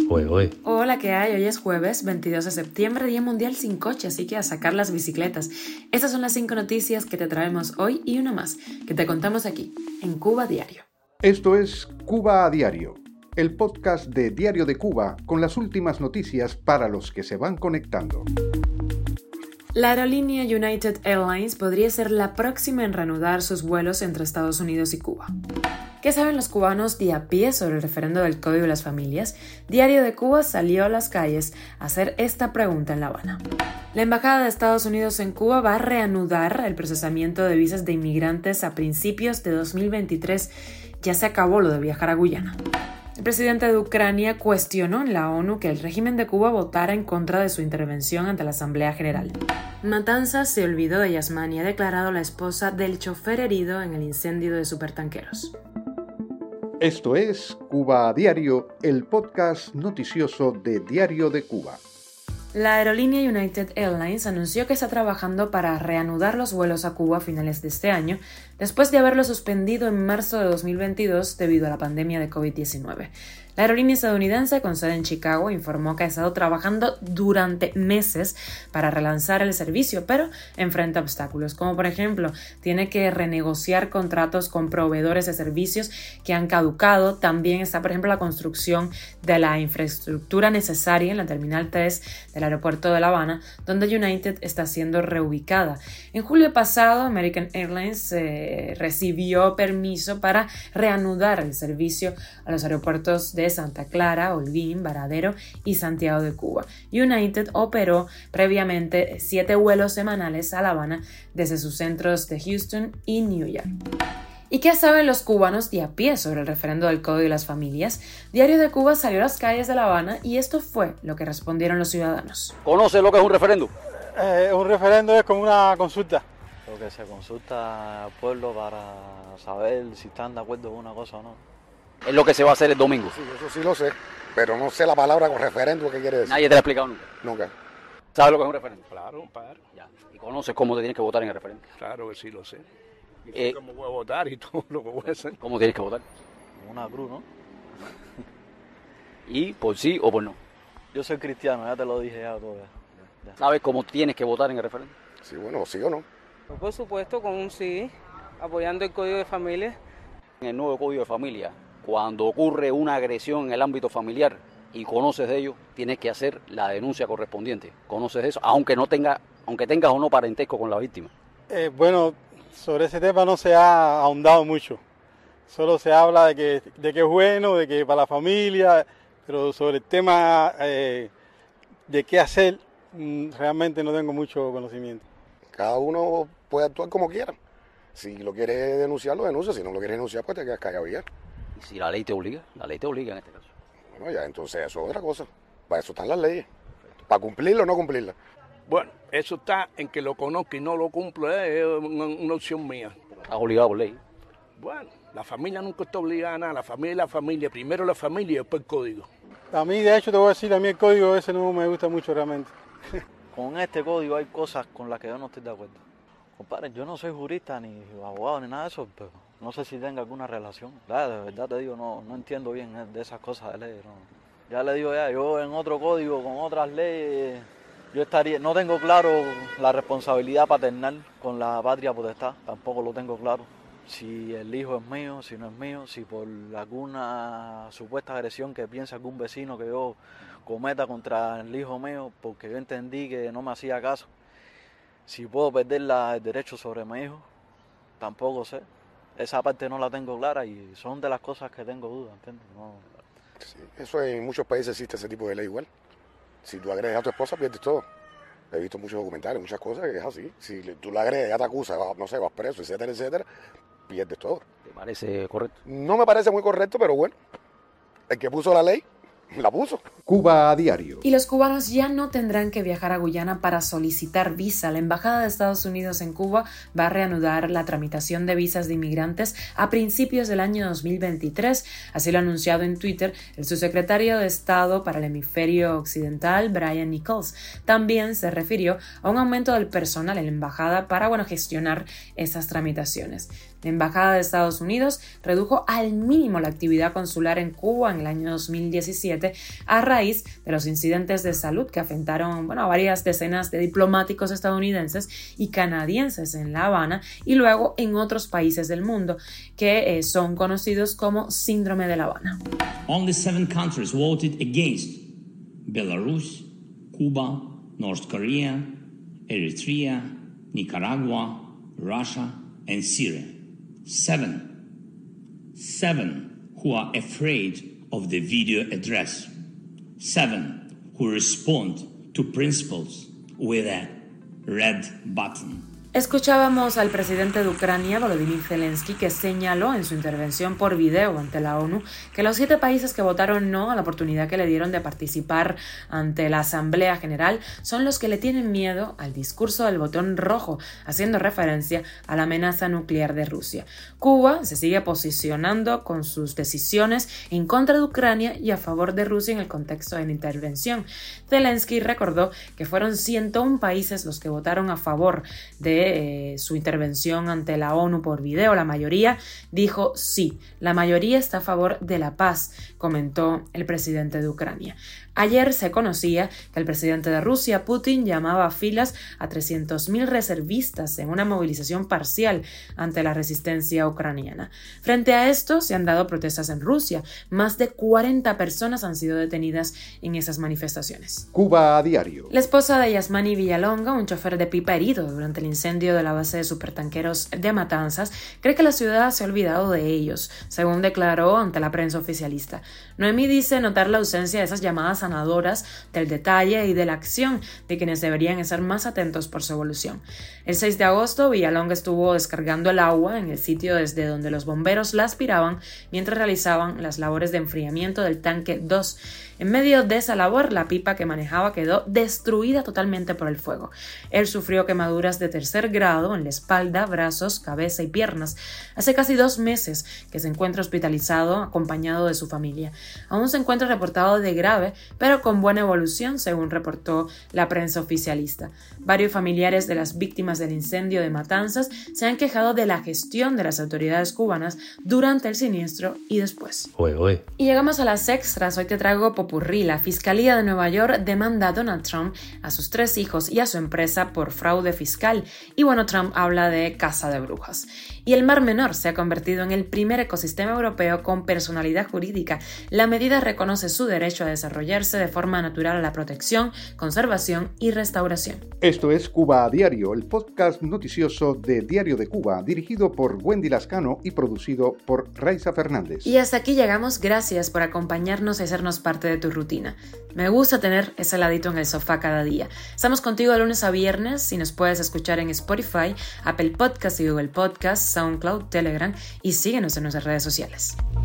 Oye. Hola, ¿qué hay? Hoy es jueves 22 de septiembre, Día Mundial sin coche, así que a sacar las bicicletas. Estas son las 5 noticias que te traemos hoy y una más, que te contamos aquí, en Cuba Diario. Esto es Cuba a Diario, el podcast de Diario de Cuba con las últimas noticias para los que se van conectando. La aerolínea United Airlines podría ser la próxima en reanudar sus vuelos entre Estados Unidos y Cuba. ¿Qué saben los cubanos de a pie sobre el referendo del Código de las Familias? Diario de Cuba salió a las calles a hacer esta pregunta en La Habana. La Embajada de Estados Unidos en Cuba va a reanudar el procesamiento de visas de inmigrantes a principios de 2023. Ya se acabó lo de viajar a Guyana. El presidente de Ucrania cuestionó en la ONU que el régimen de Cuba votara en contra de su intervención ante la Asamblea General. Matanzas se olvidó de Yasmani, ha declarado la esposa del chofer herido en el incendio de supertanqueros. Esto es Cuba a Diario, el podcast noticioso de Diario de Cuba. La aerolínea United Airlines anunció que está trabajando para reanudar los vuelos a Cuba a finales de este año, después de haberlo suspendido en marzo de 2022 debido a la pandemia de COVID-19. La aerolínea estadounidense, con sede en Chicago, informó que ha estado trabajando durante meses para relanzar el servicio, pero enfrenta obstáculos, como por ejemplo, tiene que renegociar contratos con proveedores de servicios que han caducado. También está, por ejemplo, la construcción de la infraestructura necesaria en la Terminal 3 del aeropuerto de La Habana, donde United está siendo reubicada. En julio pasado, American Airlines recibió permiso para reanudar el servicio a los aeropuertos de Santa Clara, Holguín, Varadero y Santiago de Cuba. United operó previamente 7 vuelos semanales a La Habana desde sus centros de Houston y New York. ¿Y qué saben los cubanos de a pie sobre el referendo del Código de las Familias? Diario de Cuba salió a las calles de La Habana y esto fue lo que respondieron los ciudadanos. ¿Conoce lo que es un referendo? Un referendo es como una consulta. Lo que se consulta al pueblo para saber si están de acuerdo con una cosa o no. Es lo que se va a hacer el domingo. Sí, eso sí lo sé, pero no sé la palabra con referendo, ¿qué quiere decir? Nadie te lo ha explicado nunca. Nunca. ¿Sabes lo que es un referendo? Claro, padre. Ya. ¿Y conoces cómo te tienes que votar en el referendo? Claro que sí lo sé. Y sé cómo voy a votar y todo lo que voy a hacer. ¿Cómo tienes que votar? Una cruz, ¿no? ¿Y por sí o por no? Yo soy cristiano, ya te lo dije ya todo. Ya. ¿Sabes cómo tienes que votar en el referendo? Sí, bueno, sí o no. Por supuesto, con un sí, apoyando el Código de Familia. En el nuevo Código de Familia, cuando ocurre una agresión en el ámbito familiar y conoces de ello, tienes que hacer la denuncia correspondiente. ¿Conoces eso? Aunque tengas o no parentesco con la víctima. Bueno, sobre ese tema no se ha ahondado mucho. Solo se habla de que es bueno, de que para la familia, pero sobre el tema de qué hacer, realmente no tengo mucho conocimiento. Cada uno puede actuar como quiera. Si lo quiere denunciar, lo denuncia. Si no lo quiere denunciar, pues te quedas callado ya. ¿Y si la ley te obliga? La ley te obliga en este caso. Bueno, ya entonces eso es otra cosa. Para eso están las leyes. Para cumplirla o no cumplirla. Bueno, eso está en que lo conozca y no lo cumplo, es una opción mía. ¿Estás obligado por ley? Bueno, la familia nunca está obligada a nada. La familia es la familia. Primero la familia y después el código. A mí, de hecho, te voy a decir, a mí el código ese no me gusta mucho realmente. Con este código hay cosas con las que yo no estoy de acuerdo. Compadre, yo no soy jurista ni abogado ni nada de eso, pero no sé si tenga alguna relación. De verdad te digo, no entiendo bien de esas cosas de ley. No. Ya le digo yo en otro código, con otras leyes, no tengo claro la responsabilidad paternal con la patria potestad, tampoco lo tengo claro. Si el hijo es mío, si no es mío, si por alguna supuesta agresión que piensa algún vecino que yo cometa contra el hijo mío, porque yo entendí que no me hacía caso, si puedo perder el derecho sobre mi hijo, tampoco sé. Esa parte no la tengo clara y son de las cosas que tengo dudas, ¿entiendes? No. Sí, eso en muchos países existe ese tipo de ley igual. Si tú agredes a tu esposa, pierdes todo. He visto muchos documentales, muchas cosas que es así. Si tú la agredes, ya te acusa, no sé, vas preso, etcétera, etcétera, pierdes todo. ¿Te parece correcto? No me parece muy correcto, pero bueno, el que puso la ley, la puso. Cuba a Diario. Y los cubanos ya no tendrán que viajar a Guyana para solicitar visa. La Embajada de Estados Unidos en Cuba va a reanudar la tramitación de visas de inmigrantes a principios del año 2023. Así lo ha anunciado en Twitter el subsecretario de Estado para el Hemisferio Occidental, Brian Nichols. También se refirió a un aumento del personal en la embajada para gestionar esas tramitaciones. La Embajada de Estados Unidos redujo al mínimo la actividad consular en Cuba en el año 2017 a raíz de los incidentes de salud que afectaron a varias decenas de diplomáticos estadounidenses y canadienses en La Habana y luego en otros países del mundo que son conocidos como Síndrome de La Habana. Only 7 countries voted against: Belarus, Cuba, North Korea, Eritrea, Nicaragua, Russia, and Syria. 7 who are afraid of the video address. 7 who respond to principles with a red button. Escuchábamos al presidente de Ucrania, Volodymyr Zelensky, que señaló en su intervención por video ante la ONU que los 7 países que votaron no a la oportunidad que le dieron de participar ante la Asamblea General son los que le tienen miedo al discurso del botón rojo, haciendo referencia a la amenaza nuclear de Rusia. Cuba se sigue posicionando con sus decisiones en contra de Ucrania y a favor de Rusia en el contexto de la intervención. Zelensky recordó que fueron 101 países los que votaron a favor de su intervención ante la ONU por video. La mayoría dijo sí, la mayoría está a favor de la paz, comentó el presidente de Ucrania. Ayer se conocía que el presidente de Rusia, Putin, llamaba a filas a 300.000 reservistas en una movilización parcial ante la resistencia ucraniana. Frente a esto, se han dado protestas en Rusia. Más de 40 personas han sido detenidas en esas manifestaciones. Cuba a diario. La esposa de Yasmani Villalonga, un chofer de pipa herido durante el incendio de la base de supertanqueros de Matanzas, cree que la ciudad se ha olvidado de ellos, según declaró ante la prensa oficialista. Noemí dice notar la ausencia de esas llamadas sanadoras, del detalle y de la acción de quienes deberían estar más atentos por su evolución. El 6 de agosto, Villalonga estuvo descargando el agua en el sitio desde donde los bomberos la aspiraban mientras realizaban las labores de enfriamiento del tanque 2. En medio de esa labor, la pipa que manejaba quedó destruida totalmente por el fuego. Él sufrió quemaduras de 3er grado en la espalda, brazos, cabeza y piernas. Hace casi 2 meses que se encuentra hospitalizado acompañado de su familia. Aún se encuentra reportado de grave, pero con buena evolución, según reportó la prensa oficialista. Varios familiares de las víctimas del incendio de Matanzas se han quejado de la gestión de las autoridades cubanas durante el siniestro y después. Y llegamos a las extras. Hoy te traigo popurrí. La Fiscalía de Nueva York demanda a Donald Trump, a sus 3 hijos y a su empresa por fraude fiscal. Y Trump habla de caza de brujas. Y el Mar Menor se ha convertido en el primer ecosistema europeo con personalidad jurídica. La medida reconoce su derecho a desarrollarse de forma natural a la protección, conservación y restauración. Esto es Cuba a Diario, el podcast noticioso de Diario de Cuba, dirigido por Wendy Lascano y producido por Raiza Fernández. Y hasta aquí llegamos. Gracias por acompañarnos y hacernos parte de tu rutina. Me gusta tener ese ladito en el sofá cada día. Estamos contigo de lunes a viernes y nos puedes escuchar en Spotify, Apple Podcasts y Google Podcasts, SoundCloud, Telegram y síguenos en nuestras redes sociales.